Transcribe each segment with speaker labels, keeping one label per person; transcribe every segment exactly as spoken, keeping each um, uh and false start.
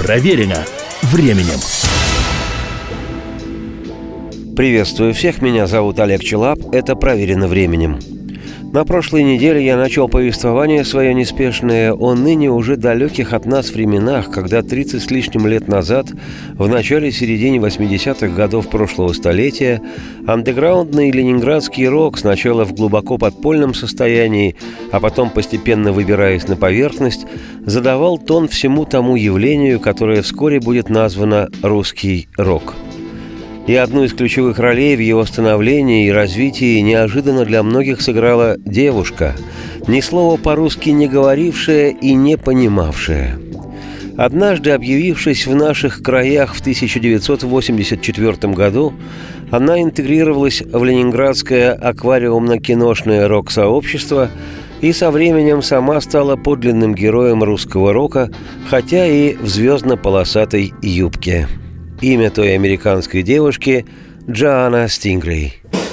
Speaker 1: Проверено временем.
Speaker 2: Приветствую всех, меня зовут Олег Челап, это «Проверено временем». На прошлой неделе я начал повествование свое неспешное о ныне уже далеких от нас временах, когда тридцать с лишним лет назад, в начале-середине восьмидесятых годов прошлого столетия, андеграундный ленинградский рок, сначала в глубоко подпольном состоянии, а потом постепенно выбираясь на поверхность, задавал тон всему тому явлению, которое вскоре будет названо «русский рок». И одну из ключевых ролей в его становлении и развитии неожиданно для многих сыграла девушка, ни слова по-русски не говорившая и не понимавшая. Однажды, объявившись в наших краях в тысяча девятьсот восемьдесят четвёртом году, она интегрировалась в ленинградское аквариумно-киношное рок-сообщество и со временем сама стала подлинным героем русского рока, хотя и в звездно-полосатой юбке. Имя той американской девушки – Джоанна Стингрей.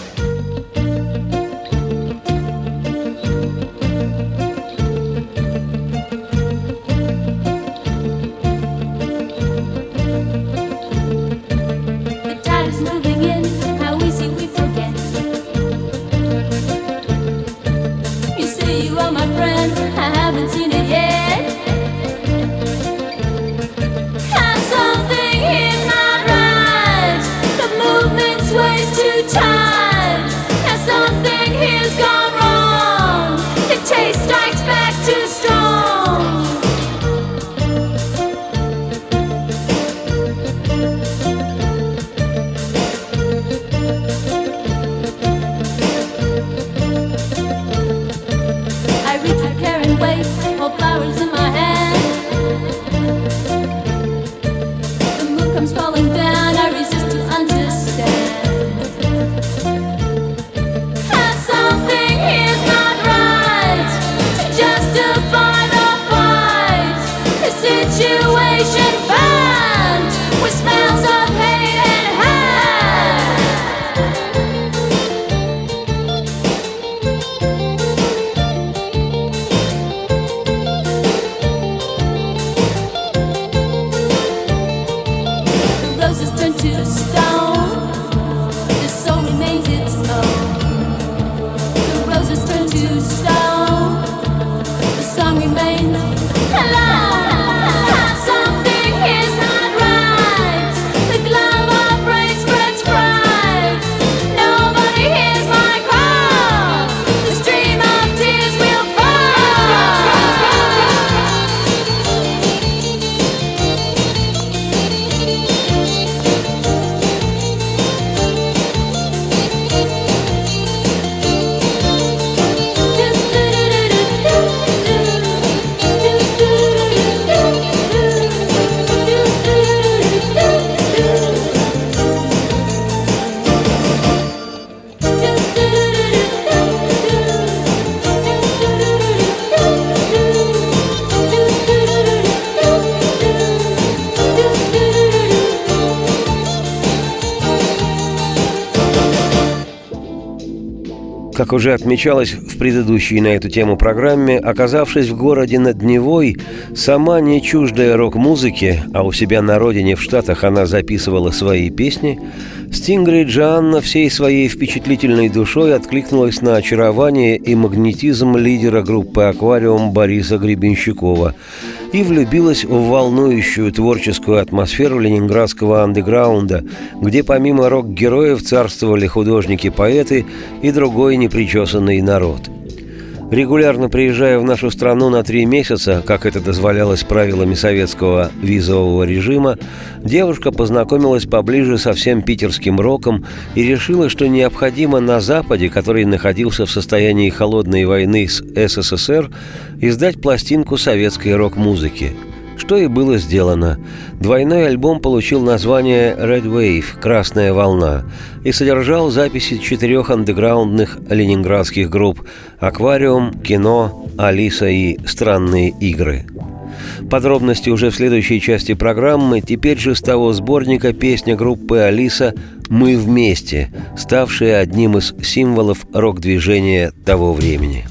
Speaker 2: Как уже отмечалось в предыдущей на эту тему программе, оказавшись в городе над Невой, сама не чуждая рок-музыки, а у себя на родине в Штатах она записывала свои песни, Стингрей Джоанна всей своей впечатлительной душой откликнулась на очарование и магнетизм лидера группы «Аквариум» Бориса Гребенщикова и влюбилась в волнующую творческую атмосферу ленинградского андеграунда, где помимо рок-героев царствовали художники-поэты и другой непричесанный народ. Регулярно приезжая в нашу страну на три месяца, как это дозволялось правилами советского визового режима, девушка познакомилась поближе со всем питерским роком и решила, что необходимо на Западе, который находился в состоянии холодной войны с эс эс эс эр, издать пластинку советской рок-музыки. Что и было сделано. Двойной альбом получил название «Red Wave» – «Красная волна» и содержал записи четырех андеграундных ленинградских групп «Аквариум», «Кино», «Алиса» и «Странные игры». Подробности уже в следующей части программы. Теперь же с того сборника песня группы «Алиса» «Мы вместе», ставшая одним из символов рок-движения того времени.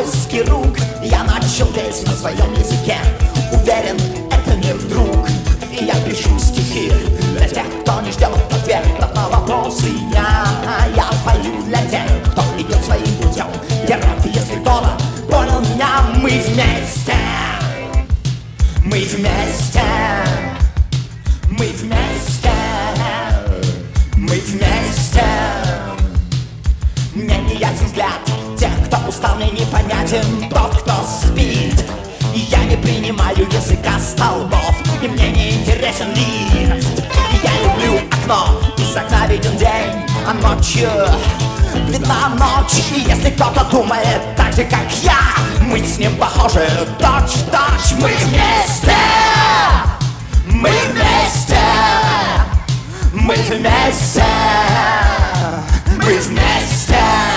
Speaker 3: поиски рук. Я начал петь на своем языке. Уверен, это не вдруг. И я пишу стихи для тех, кто не ждет ответов на вопросы. Я, я пою для тех, кто идет своим путем. Я рад, если кто-то понял меня. Мы вместе, мы вместе, мы вместе, мы вместе. Мне не ясен взгляд тех, кто устал, мне непонятен тот, кто спит. И я не принимаю языка столбов, и мне не интересен лист. И я люблю окно, из окна виден день, а ночью видна ночь. И если кто-то думает так же, как я, мы с ним похожи точь в точь. Мы вместе, мы вместе, мы вместе, мы вместе.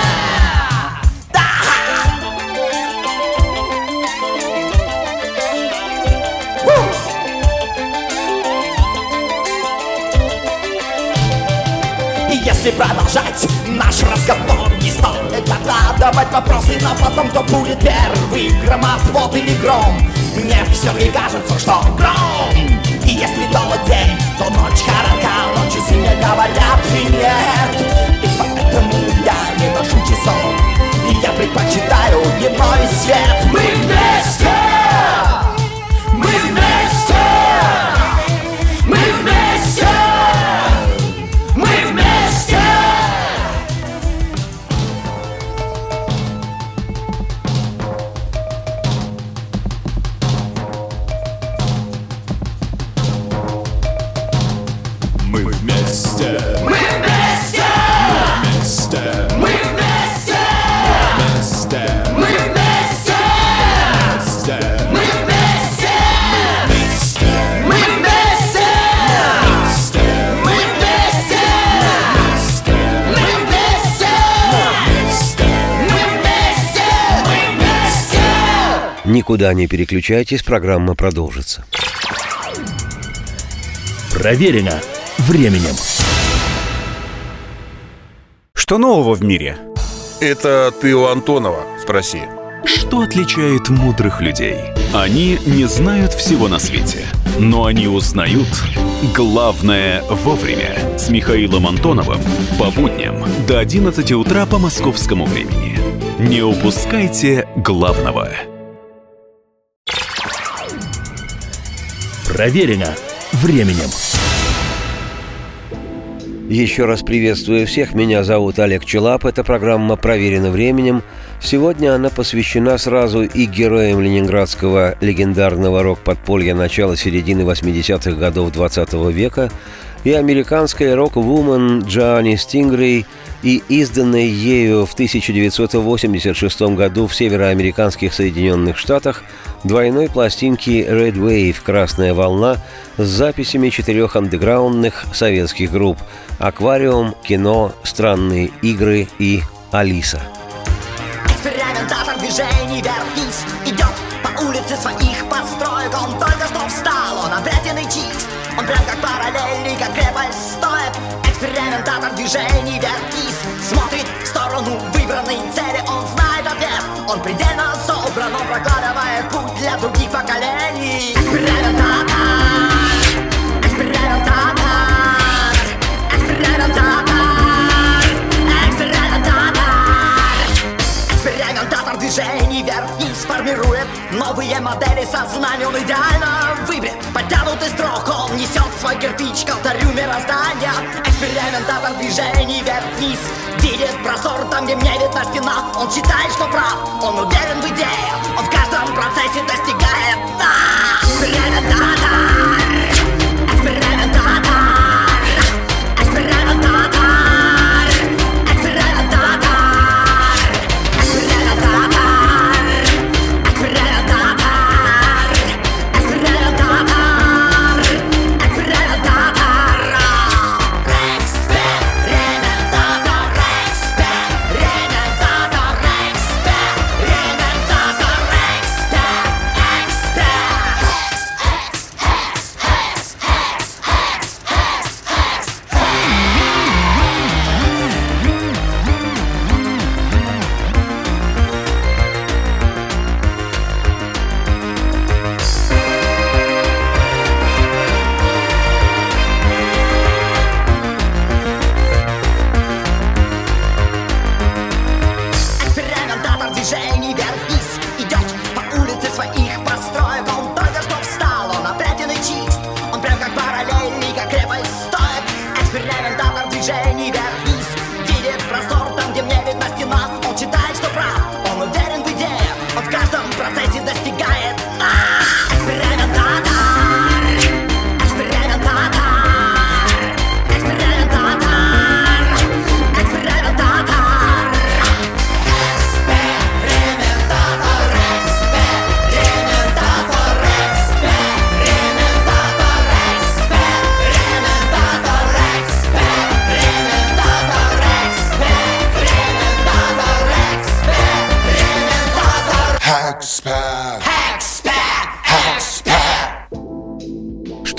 Speaker 3: Если продолжать наш разговор, не стоит загадывать вопросы, но потом кто будет первый, громоотвод или гром. Мне все-таки кажется, что гром. И если долг день, то ночь коротка, но часы мне говорят нет. И поэтому я не ношу часов, и я предпочитаю дневной свет. Мы вместе, мы вместе, мы вместе, мы вместе. Мы вместе, мы вместе, мы вместе, мы вместе, мы вместе, мы вместе, мы вместе, мы вместе, мы вместе, мы вместе, мы вместе.
Speaker 2: Никуда не переключайтесь, программа продолжится.
Speaker 1: Проверено временем.
Speaker 4: Что нового в мире?
Speaker 5: Это ты у Антонова спроси.
Speaker 4: Что отличает мудрых людей? Они не знают всего на свете, но они узнают главное вовремя. С Михаилом Антоновым по будням до одиннадцати утра по московскому времени. Не упускайте главного.
Speaker 1: Проверено временем.
Speaker 2: Еще раз приветствую всех, меня зовут Олег Челап, эта программа «Проверена временем». Сегодня она посвящена сразу и героям ленинградского легендарного рок-подполья начала-середины восьмидесятых годов двадцатого века, и американской рок-вумен Джоанни Стингрей, и изданной ею в тысяча девятьсот восемьдесят шестом году в североамериканских Соединенных Штатах двойной пластинки «Red Wave» «Красная волна» с записями четырех андеграундных советских групп «Аквариум», «Кино», «Странные игры» и «Алиса».
Speaker 3: Экспериментатор движений вверх-вниз идет по улице своих построек. Он только что встал, он обретенный чист. Он прям как параллельный, как крепость стоит. Экспериментатор движений вверх-вниз смотрит в сторону выбранной цели. Он знает ответ, он предельно собран. Он прокладывает путь для других поколений. Экспериментатор, экспериментатор, экспериментатор, экспериментатор. Экспериментатор движений вверх-вниз формирует новые модели сознания. Он идеально выбрит подтянутый строк. Он несет свой кирпич к алтарю мироздания. Экспериментатор движений вверх-вниз видит простор там, где мне видна стена. Он считает, что прав, он уверен в идее. Он в каждом процессе достигает дна. Экспериментатор, экспериментатор, экспериментатор, экспериментатор, экспериментатор, экспериментатор, экспериментатор, экспериментатор. Экспериментатор, экспериментатор, экспериментатор, экспериментатор,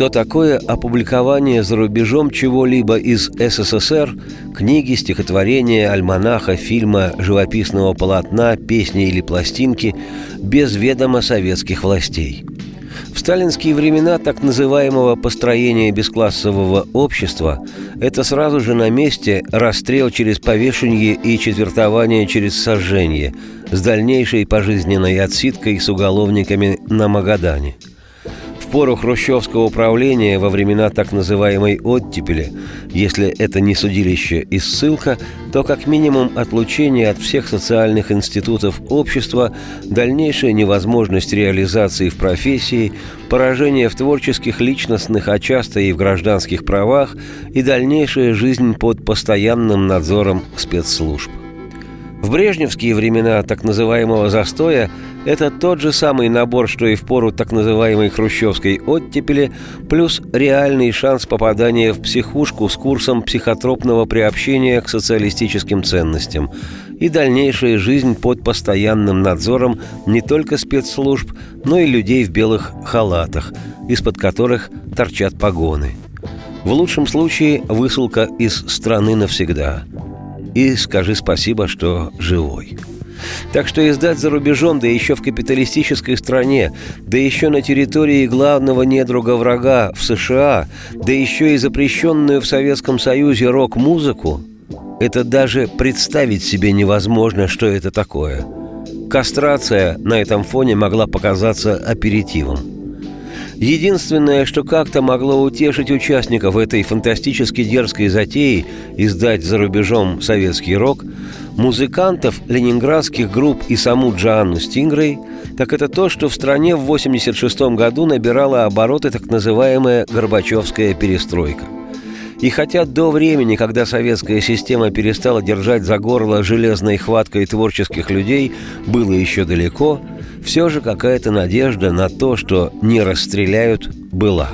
Speaker 2: что такое опубликование за рубежом чего-либо из СССР, книги, стихотворения, альманаха, фильма, живописного полотна, песни или пластинки без ведома советских властей. В сталинские времена так называемого построения бесклассового общества это сразу же на месте расстрел через повешение и четвертование через сожжение с дальнейшей пожизненной отсидкой с уголовниками на Магадане. В пору хрущевского правления во времена так называемой оттепели, если это не судилище и ссылка, то как минимум отлучение от всех социальных институтов общества, дальнейшая невозможность реализации в профессии, поражение в творческих, личностных, а часто и в гражданских правах и дальнейшая жизнь под постоянным надзором спецслужб. В брежневские времена так называемого застоя это тот же самый набор, что и в пору так называемой хрущевской оттепели, плюс реальный шанс попадания в психушку с курсом психотропного приобщения к социалистическим ценностям и дальнейшая жизнь под постоянным надзором не только спецслужб, но и людей в белых халатах, из-под которых торчат погоны. В лучшем случае высылка из страны навсегда. И скажи спасибо, что живой. Так что издать за рубежом, да еще в капиталистической стране, да еще на территории главного недруга врага в США, да еще и запрещенную в Советском Союзе рок-музыку, это даже представить себе невозможно, что это такое. Кастрация на этом фоне могла показаться аперитивом. Единственное, что как-то могло утешить участников этой фантастически дерзкой затеи издать за рубежом советский рок, музыкантов ленинградских групп и саму Джоанну Стингрей, так это то, что в стране в восемьдесят шестом году набирала обороты так называемая Горбачевская перестройка. И хотя до времени, когда советская система перестала держать за горло железной хваткой творческих людей, было еще далеко, все же какая-то надежда на то, что не расстреляют, была.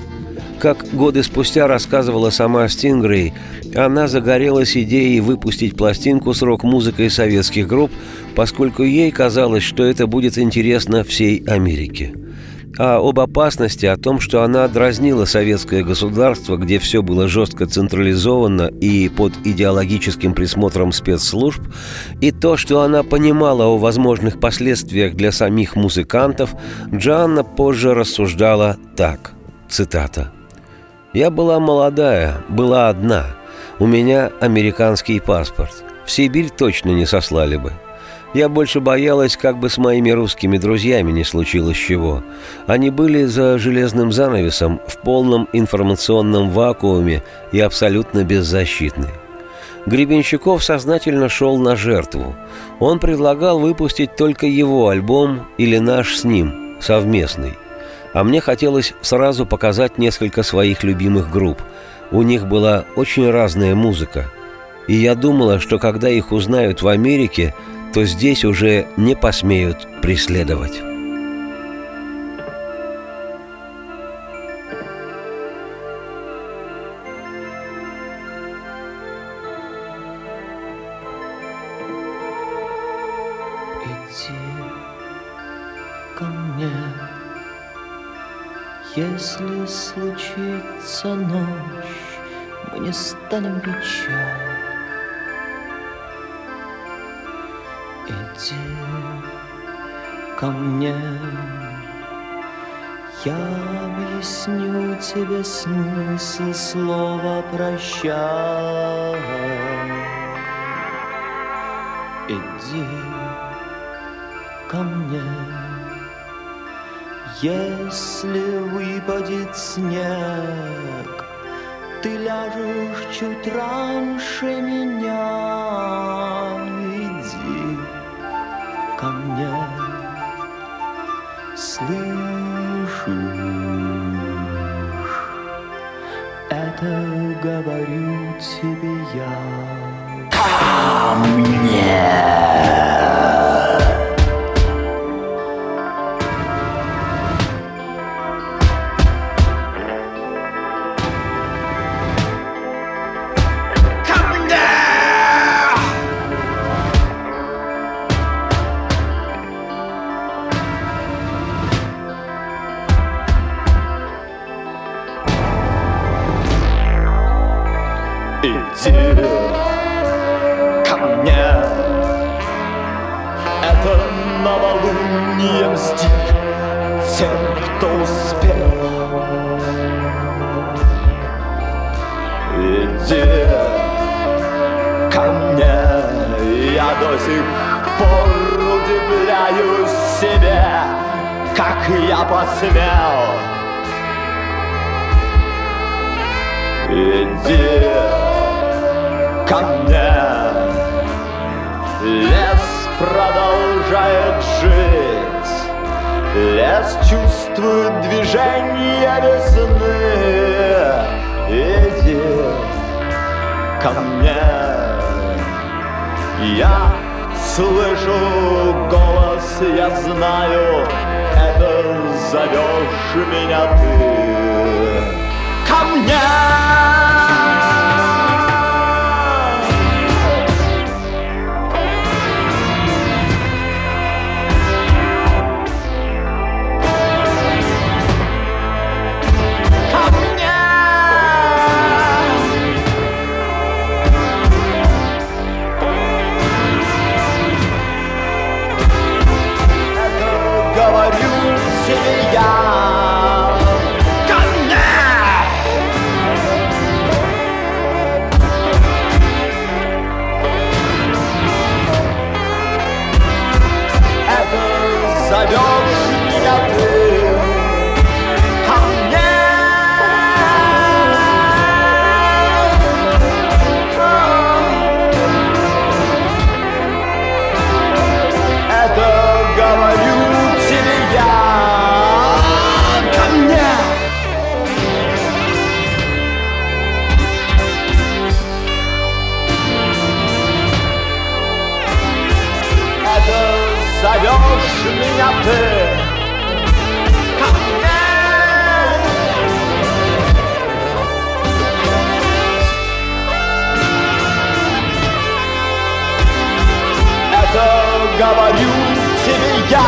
Speaker 2: Как годы спустя рассказывала сама Стингрей, она загорелась идеей выпустить пластинку с рок-музыкой советских групп, поскольку ей казалось, что это будет интересно всей Америке. А об опасности, о том, что она дразнила советское государство, где все было жестко централизовано и под идеологическим присмотром спецслужб, и то, что она понимала о возможных последствиях для самих музыкантов, Джоанна позже рассуждала так, цитата: «Я была молодая, была одна. У меня американский паспорт. В Сибирь точно не сослали бы. Я больше боялась, как бы с моими русскими друзьями не случилось чего. Они были за железным занавесом в полном информационном вакууме и абсолютно беззащитны. Гребенщиков сознательно шел на жертву. Он предлагал выпустить только его альбом или наш с ним, совместный. А мне хотелось сразу показать несколько своих любимых групп. У них была очень разная музыка. И я думала, что когда их узнают в Америке, то здесь уже не посмеют преследовать».
Speaker 6: Иди ко мне, если случится ночь, мы не станем печаль. Иди ко мне, я объясню тебе смысл слова «прощай». Иди ко мне, если выпадет снег, ты ляжешь чуть раньше меня. Иди ко мне, слышишь? Это говорю тебе я. Ко мне. не мстит тем, кто успел. Иди ко мне, я до сих пор удивляюсь себе, как я посмел. Иди ко мне, лес продолжает жить, лес чувствует движение весны. Иди ко мне, я слышу голос, я знаю, это зовешь меня ты. Ко мне! Зовешь меня ты ко мне. Это говорю тебе я.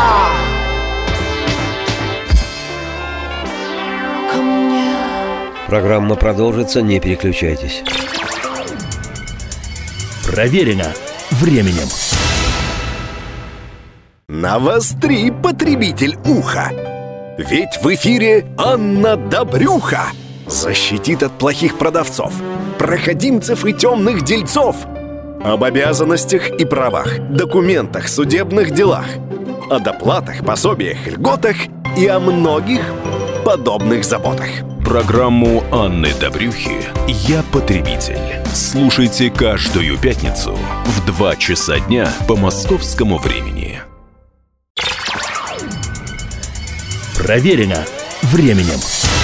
Speaker 6: Ко мне.
Speaker 2: Программа продолжится, не переключайтесь.
Speaker 1: Проверено временем.
Speaker 7: Навостри, потребитель, уха! Ведь в эфире Анна Добрюха защитит от плохих продавцов, проходимцев и темных дельцов. Об обязанностях и правах, документах, судебных делах, о доплатах, пособиях, льготах и о многих подобных заботах.
Speaker 4: Программу Анны Добрюхи «Я потребитель». Слушайте каждую пятницу в два часа дня по московскому времени.
Speaker 1: Проверено временем.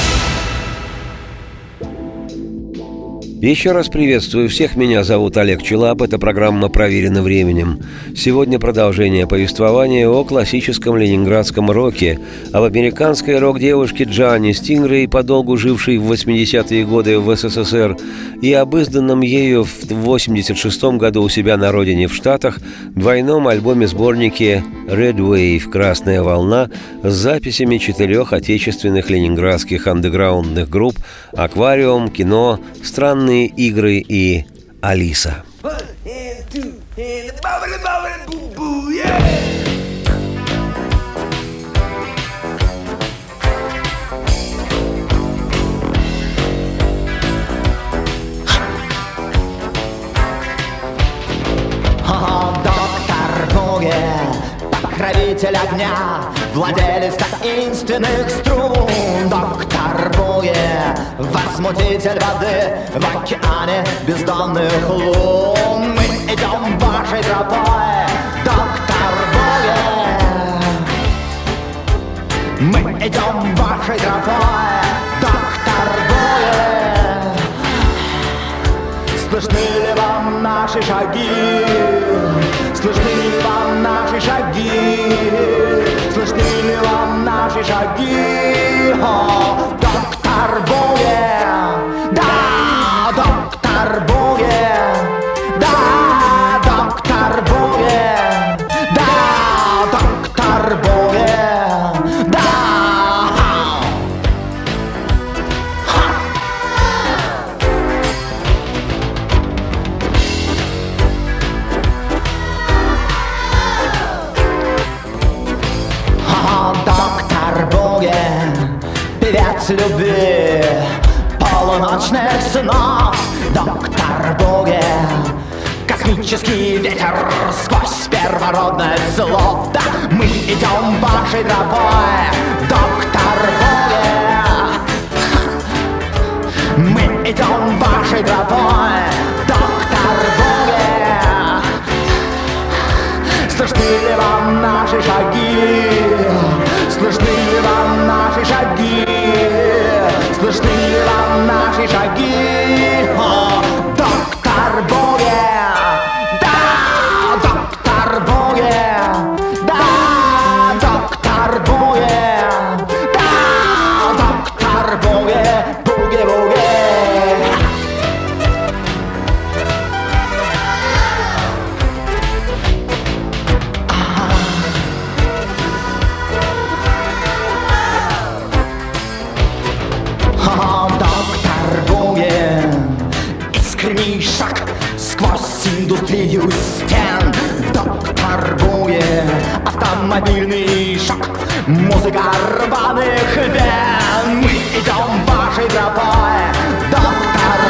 Speaker 2: Еще раз приветствую всех, меня зовут Олег Челап, это программа «Проверено временем». Сегодня продолжение повествования о классическом ленинградском роке, об американской рок-девушке Джанни Стингрей, подолгу жившей в восьмидесятые годы в СССР, и об изданном ею в восемьдесят шестом году у себя на родине в Штатах двойном альбоме-сборнике «Red Wave» «Красная волна» с записями четырех отечественных ленинградских андеграундных групп «Аквариум», «Кино», «Странные игры» и «Алиса».
Speaker 6: Покровитель огня, владелец таинственных струн. Доктор Буги, возмутитель воды в океане бездонных лун. Мы идем вашей тропой, доктор Буги. Мы идем вашей тропой, доктор Буги. Слышны ли вам наши шаги? Слышны ли вам наши шаги? Слышны ли вам наши шаги? О, доктор Буги! Да, доктор Буги! Да, доктор Буги! Да, доктор Буги! Да! любви, полуночных снов. Доктор Буги, космический ветер сквозь первородность слов. Да, мы идем вашей тропой, доктор Буги. Мы идем вашей тропой, доктор Буги. Слышны ли вам наши шаги? Слышны ли вам наши шаги? Слышны ли вам наши шаги? О, доктор Буги! Да, доктор Буги! Да, доктор Буги! Да, доктор Буги! Буги-буги! Искренний шаг сквозь индустрию стен. Доктор Буги, автомобильный шаг, музыка рваных вен. Мы идем вашей тропой, доктор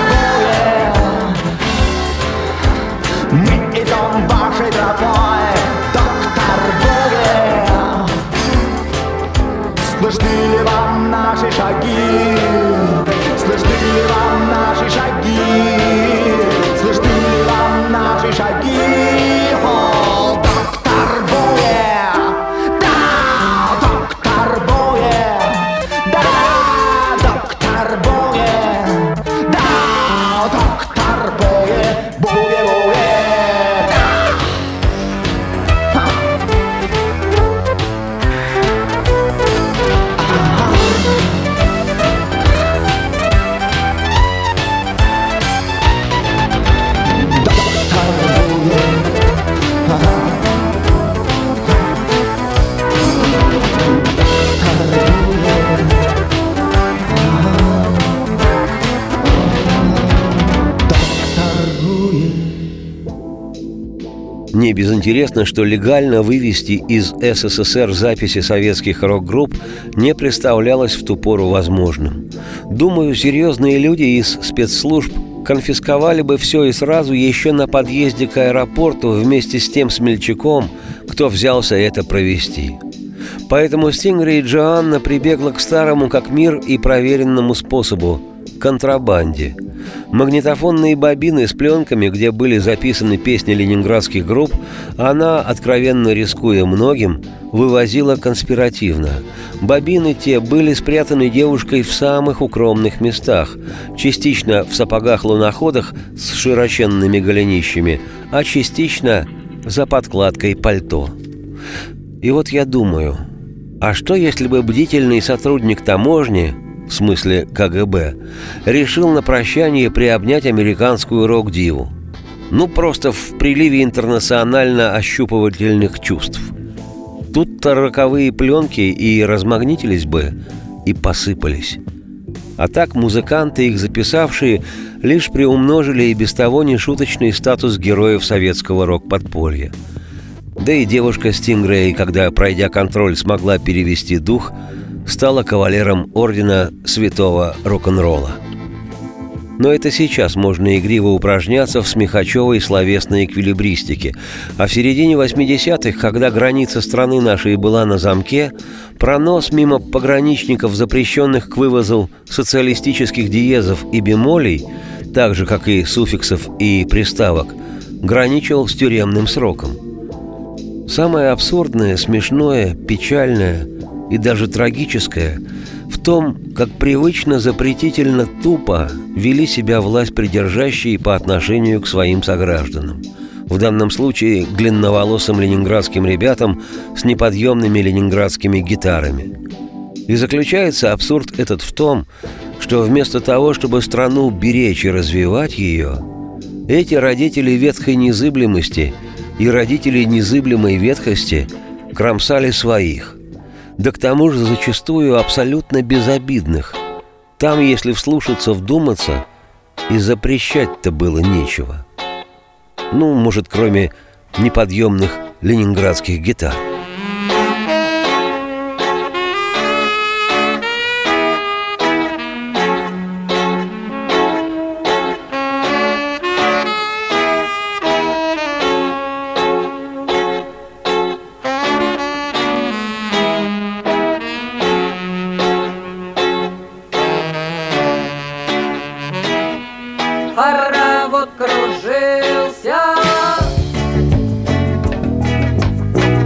Speaker 6: Буги. Мы идем вашей тропой, доктор Буги. Слышны ли вам наши шаги? Слышны ли вам наши шаги? Слышны ли вам наши шаги? О, доктор Буги! Да, доктор Буги! Да, доктор Буги! Да, доктор Буги! Буги-буги!
Speaker 2: Не безинтересно, что легально вывести из СССР записи советских рок-групп не представлялось в ту пору возможным. Думаю, серьезные люди из спецслужб конфисковали бы все и сразу еще на подъезде к аэропорту вместе с тем смельчаком, кто взялся это провести. Поэтому Стингрей Джоанна прибегла к старому как мир и проверенному способу – контрабанде. Магнитофонные бобины с пленками, где были записаны песни ленинградских групп, она, откровенно рискуя многим, вывозила конспиративно. Бобины те были спрятаны девушкой в самых укромных местах, частично в сапогах-луноходах с широченными голенищами, а частично за подкладкой пальто. И вот я думаю, а что если бы бдительный сотрудник таможни, в смысле ка гэ бэ, решил на прощание приобнять американскую рок-диву? Ну, просто в приливе интернационально-ощупывательных чувств. Тут-то роковые пленки и размагнитились бы, и посыпались. А так музыканты, их записавшие, лишь приумножили и без того нешуточный статус героев советского рок-подполья. Да и девушка Стингрей, когда, пройдя контроль, смогла перевести дух, стала кавалером ордена святого рок-н-ролла. Но это сейчас можно игриво упражняться в смехачевой словесной эквилибристике. А в середине восьмидесятых, когда граница страны нашей была на замке, пронос мимо пограничников, запрещенных к вывозу социалистических диезов и бемолей, так же, как и суффиксов и приставок, граничил с тюремным сроком. Самое абсурдное, смешное, печальное и даже трагическое в том, как привычно запретительно тупо вели себя власть придержащие по отношению к своим согражданам. В данном случае к длинноволосым ленинградским ребятам с неподъемными ленинградскими гитарами. И заключается абсурд этот в том, что вместо того, чтобы страну беречь и развивать ее, эти родители ветхой незыблемости и родители незыблемой ветхости кромсали своих. Да к тому же зачастую абсолютно безобидных. Там, если вслушаться, вдуматься, и запрещать-то было нечего. Ну, может, кроме неподъемных ленинградских гитар.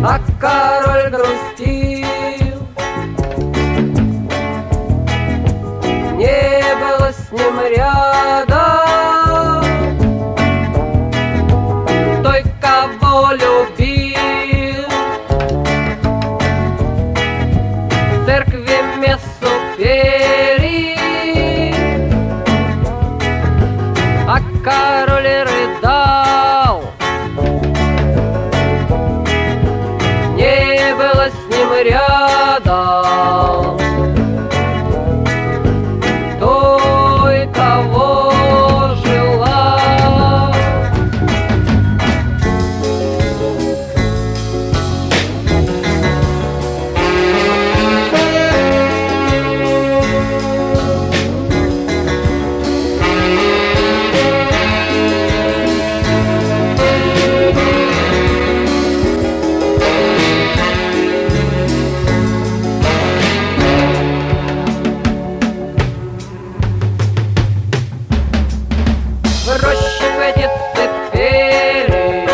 Speaker 8: а король грустил. Не было с ним рядом той, кого любил. В церкви мессу пели, а король рыдал. Не было с ним рядом той, кого желал. В роще птицы пели,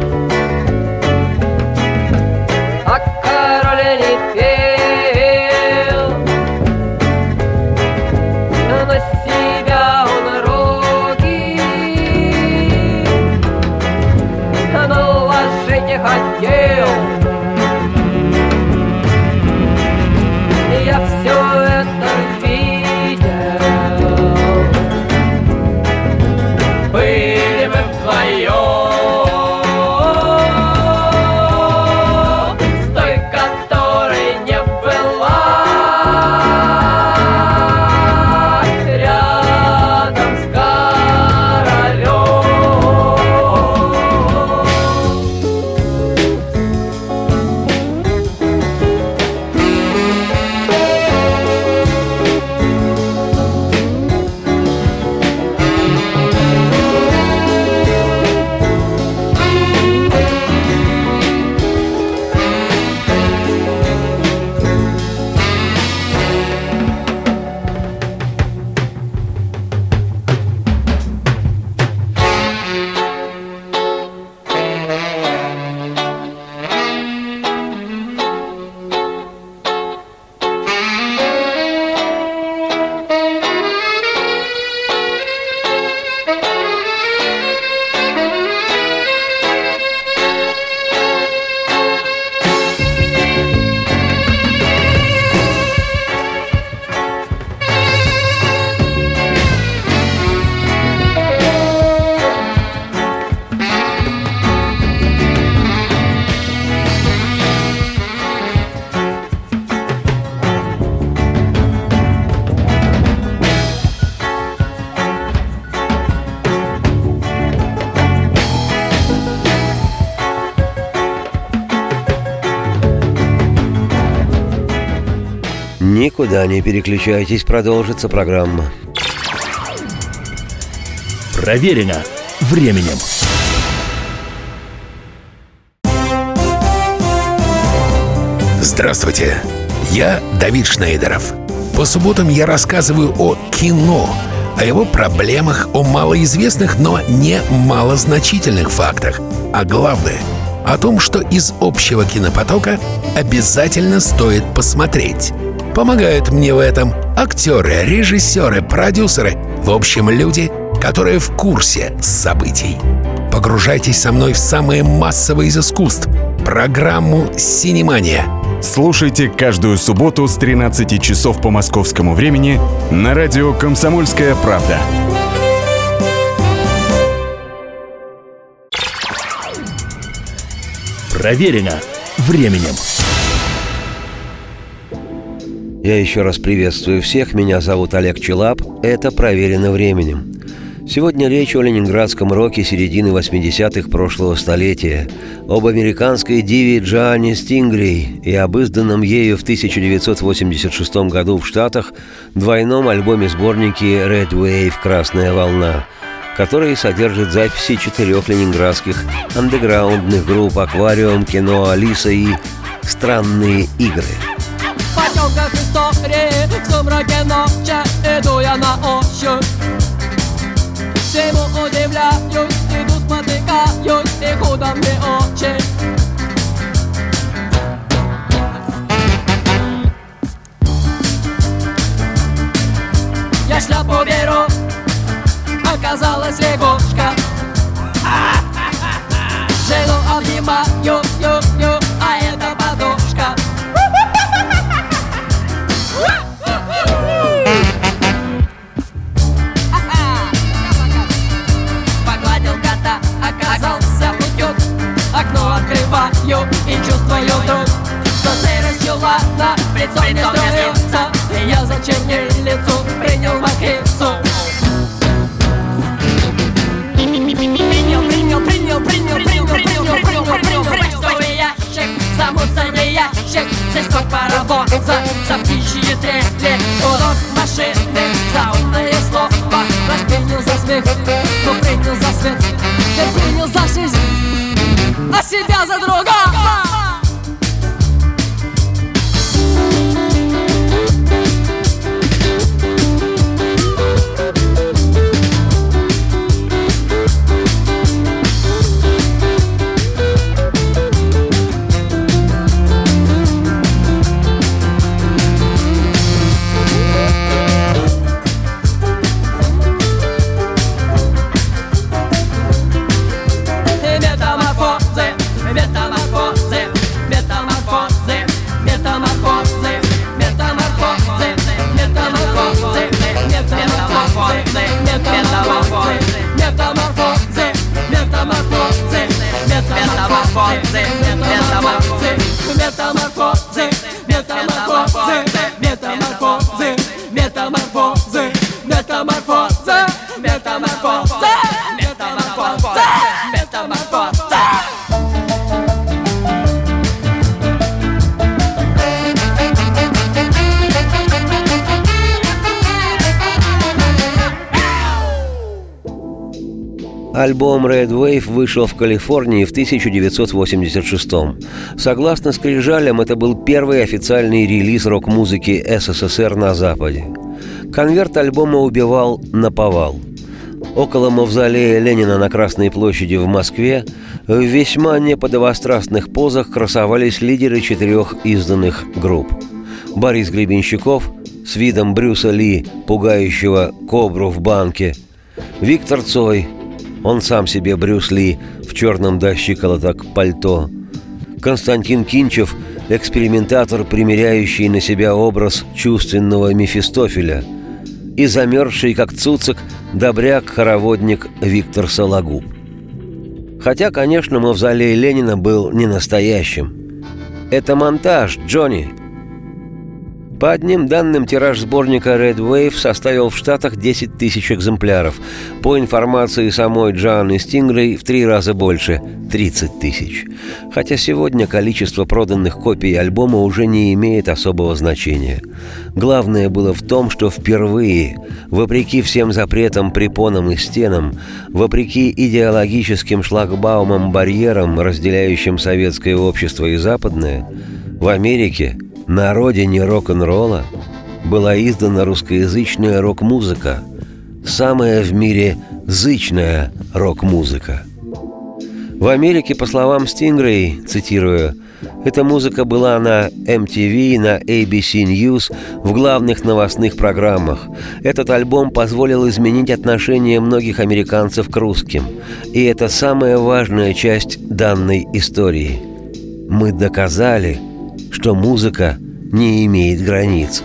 Speaker 8: а король не пел. На себя он руки наложить не хотел. Я все это видел. Были мы вдвоем с той, которой не была рядом с королем.
Speaker 2: Никуда не переключайтесь, продолжится программа.
Speaker 1: Проверено временем.
Speaker 9: Здравствуйте, я Давид Шнейдеров. По субботам я рассказываю о кино, о его проблемах, о малоизвестных, но не малозначительных фактах. А главное — о том, что из общего кинопотока обязательно стоит посмотреть. Помогают мне в этом актеры, режиссеры, продюсеры, в общем, люди, которые в курсе событий. Погружайтесь со мной в самое массовое из искусств — программу «Синемания».
Speaker 10: Слушайте каждую субботу с тринадцати часов по московскому времени на радио «Комсомольская правда».
Speaker 1: Проверено временем.
Speaker 2: Я еще раз приветствую всех. Меня зовут Олег Челап. Это «Проверено временем». Сегодня речь о ленинградском роке середины восьмидесятых прошлого столетия, об американской диве Джоанне Стингрей и об изданном ею в тысяча девятьсот восемьдесят шестом году в Штатах двойном альбоме-сборнике «Red Wave. Красная волна», который содержит записи четырех ленинградских андеграундных групп «Аквариум», «Кино», «Алиса» и «Странные игры».
Speaker 8: В потемках истории, в сумраке ночи иду я на ощупь. Всему удивляюсь, иду спотыкаюсь, и худо мне очень. переживаю и чувствую вдруг, что серостью ладно в лицо не строится, и я за чернильницу принял мохитцу. Принял, принял, принял, принял, принял, принял, принял, принял, почтовый ящик, замусорный ящик, здесь как паровоза, за птичьи трели, урок машины, за умное слово, ваш принял за смех, но принял за свет, ты принял за жизнь, а себя за друга.
Speaker 2: Альбом Red Wave вышел в Калифорнии в тысяча девятьсот восемьдесят шестом. Согласно скрижалям, это был первый официальный релиз рок-музыки СССР на Западе. Конверт альбома убивал наповал. Около мавзолея Ленина на Красной площади в Москве в весьма неподобострастных позах красовались лидеры четырех изданных групп. Борис Гребенщиков с видом Брюса Ли, пугающего кобру в банке, Виктор Цой, он сам себе Брюс Ли в черном до щиколоток пальто, Константин Кинчев, экспериментатор, примеряющий на себя образ чувственного Мефистофеля, и замерзший, как цуцик, добряк-хороводник Виктор Сологуб. Хотя, конечно, мавзолей Ленина был не настоящим. Это монтаж, Джонни. По одним данным, тираж сборника Red Wave составил в Штатах десять тысяч экземпляров. По информации самой Джоанны Стингрей, в три раза больше – тридцать тысяч. Хотя сегодня количество проданных копий альбома уже не имеет особого значения. Главное было в том, что впервые, вопреки всем запретам, препонам и стенам, вопреки идеологическим шлагбаумам-барьерам, разделяющим советское общество и западное, в Америке, на родине рок-н-ролла, была издана русскоязычная рок-музыка, самая в мире зычная рок-музыка. В Америке, по словам Стингрей, цитирую, эта музыка была на эм ти ви, на эй би си News, в главных новостных программах. Этот альбом позволил изменить отношение многих американцев к русским. И это самая важная часть данной истории. Мы доказали, что музыка не имеет границ.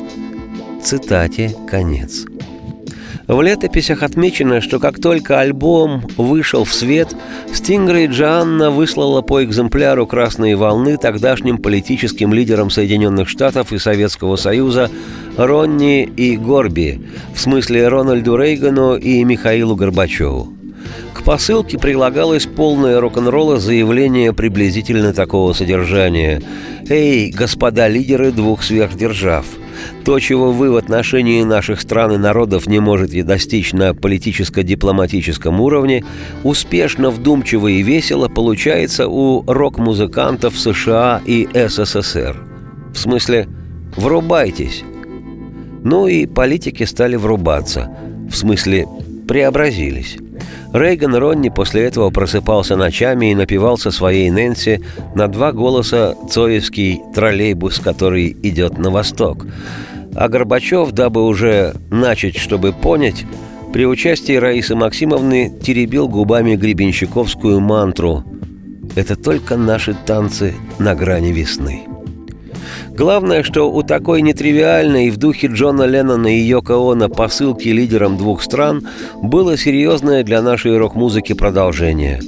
Speaker 2: Цитате конец. В летописях отмечено, что как только альбом вышел в свет, Стингрей Джоанна выслала по экземпляру «Красные волны» тогдашним политическим лидерам Соединенных Штатов и Советского Союза Ронни и Горби, в смысле Рональду Рейгану и Михаилу Горбачеву. К посылке прилагалось полное рок-н-ролла заявление приблизительно такого содержания: «Эй, господа лидеры двух сверхдержав, то, чего вы в отношении наших стран и народов не можете достичь на политическо-дипломатическом уровне, успешно, вдумчиво и весело получается у рок-музыкантов США и эс эс эс эр. В смысле, врубайтесь». Ну и политики стали врубаться, в смысле, преобразились. Рейган Ронни после этого просыпался ночами и напевал со своей Нэнси на два голоса цоевский троллейбус, который идет на восток. А Горбачев, дабы уже начать, чтобы понять, при участии Раисы Максимовны теребил губами гребенщиковскую мантру «Это только наши танцы на грани весны». Главное, что у такой нетривиальной в духе Джона Леннона и Йоко Оно посылки лидерам двух стран было серьезное для нашей рок-музыки продолжение.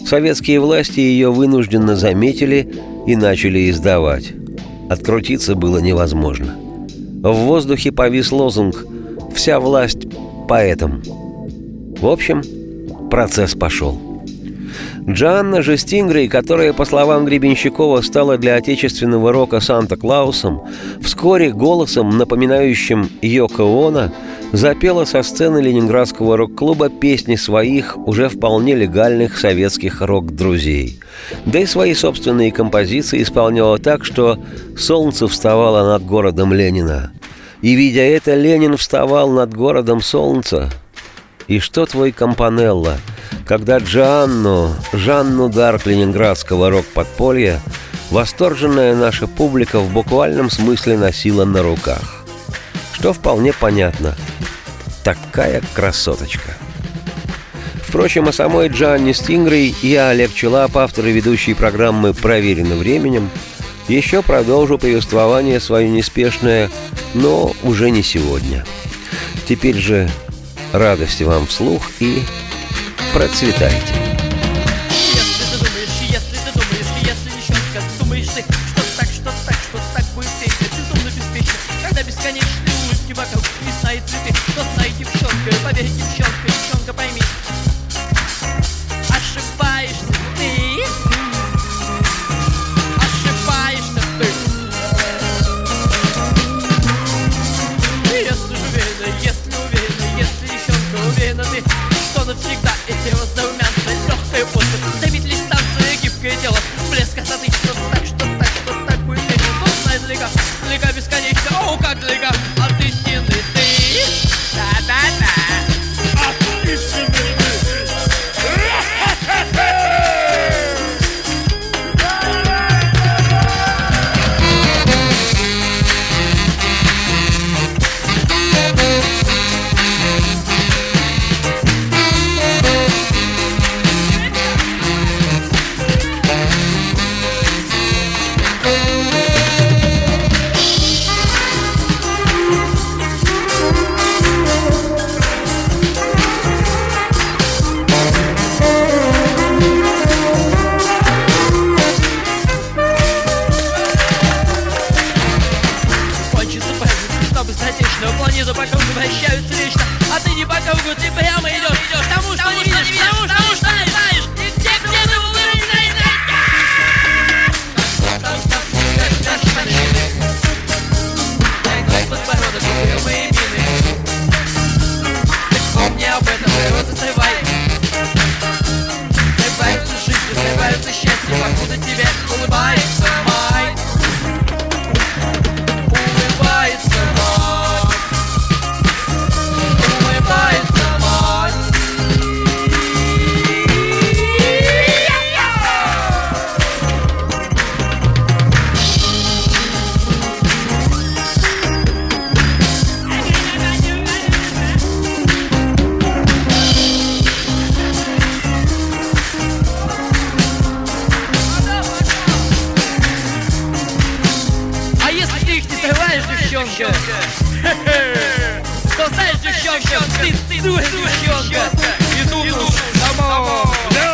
Speaker 2: Советские власти ее вынужденно заметили и начали издавать. Открутиться было невозможно. В воздухе повис лозунг «Вся власть поэтам». В общем, процесс пошел. Джоанна же Стингрей, которая, по словам Гребенщикова, стала для отечественного рока Санта-Клаусом, вскоре голосом, напоминающим Йоко Оно, запела со сцены ленинградского рок-клуба песни своих, уже вполне легальных советских рок-друзей. Да и свои собственные композиции исполняла так, что солнце вставало над городом Ленина. И, видя это, Ленин вставал над городом солнца. И что твой Кампанелло, когда Джоанну, Жанну Дарк ленинградского рок-подполья восторженная наша публика в буквальном смысле носила на руках. Что вполне понятно. Такая красоточка. Впрочем, о самой Джоанне Стингрей я, Олег Челап, автор и ведущий программы «Проверено временем», еще продолжу повествование свое неспешное, но уже не сегодня. Теперь же радости вам вслух и процветайте.
Speaker 8: Если ты думаешь, если ты думаешь, если еще как думаешь ты, что так, что так, что так будет песня, безумно беспечно, когда бесконечные улыбки вокруг, весна и цветы, кто знает девчонка, поверь, девчонка, девчонка, пойми, ошибаешься ты, ошибаешься ты. Если уверена, если уверена, если девчонка уверена ты, что навсегда эти розы румянцы, легкая поступь, заметились танцы, гибкое тело, блеск красоты, что так, что так, что так будет песня, кто знает далека, далека бесконечно, о, как далека от истины ты, да-да-да, от истины ты. Планету по кругу вращаются вечно, а ты не по кругу, ты прямо идешь, идешь, тому что не видишь, тому что не знаешь, и где, где ты улыбнись, да? Подбородок, угрюмые мины. Ты помни об этом, розы срывай. Срываются жизни, срываются счастья, покуда тебе улыбается май. Улыбается май. Девчонка, кто знаешь, девчонка, ты, ты, дура, девчонка, и тут уж само.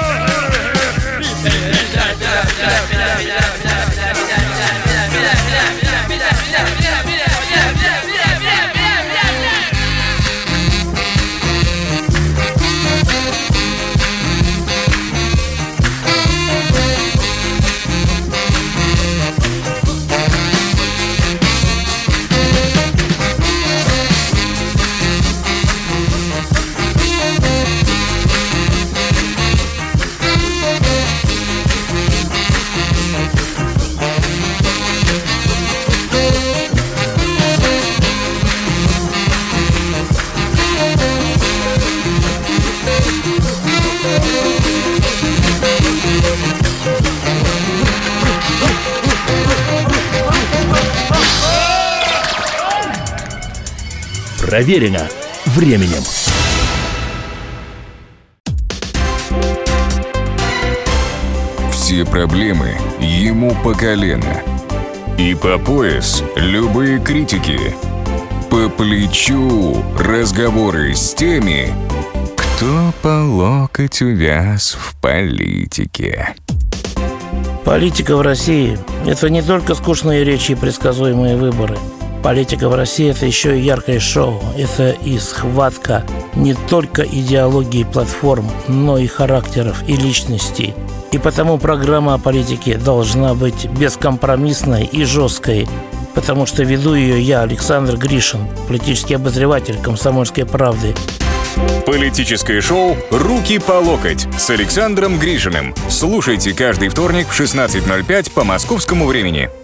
Speaker 1: Проверено временем.
Speaker 11: Все проблемы ему по колено. И по пояс любые критики. По плечу разговоры с теми, кто по локоть увяз в политике.
Speaker 12: Политика в России – это не только скучные речи и предсказуемые выборы. Политика в России – это еще и яркое шоу. Это и схватка не только идеологии платформ, но и характеров и личностей. И потому программа о политике должна быть бескомпромиссной и жесткой, потому что веду ее я, Александр Гришин, политический обозреватель «Комсомольской правды».
Speaker 11: Политическое шоу «Руки по локоть» с Александром Гришиным. Слушайте каждый вторник в шестнадцать ноль пять по московскому времени.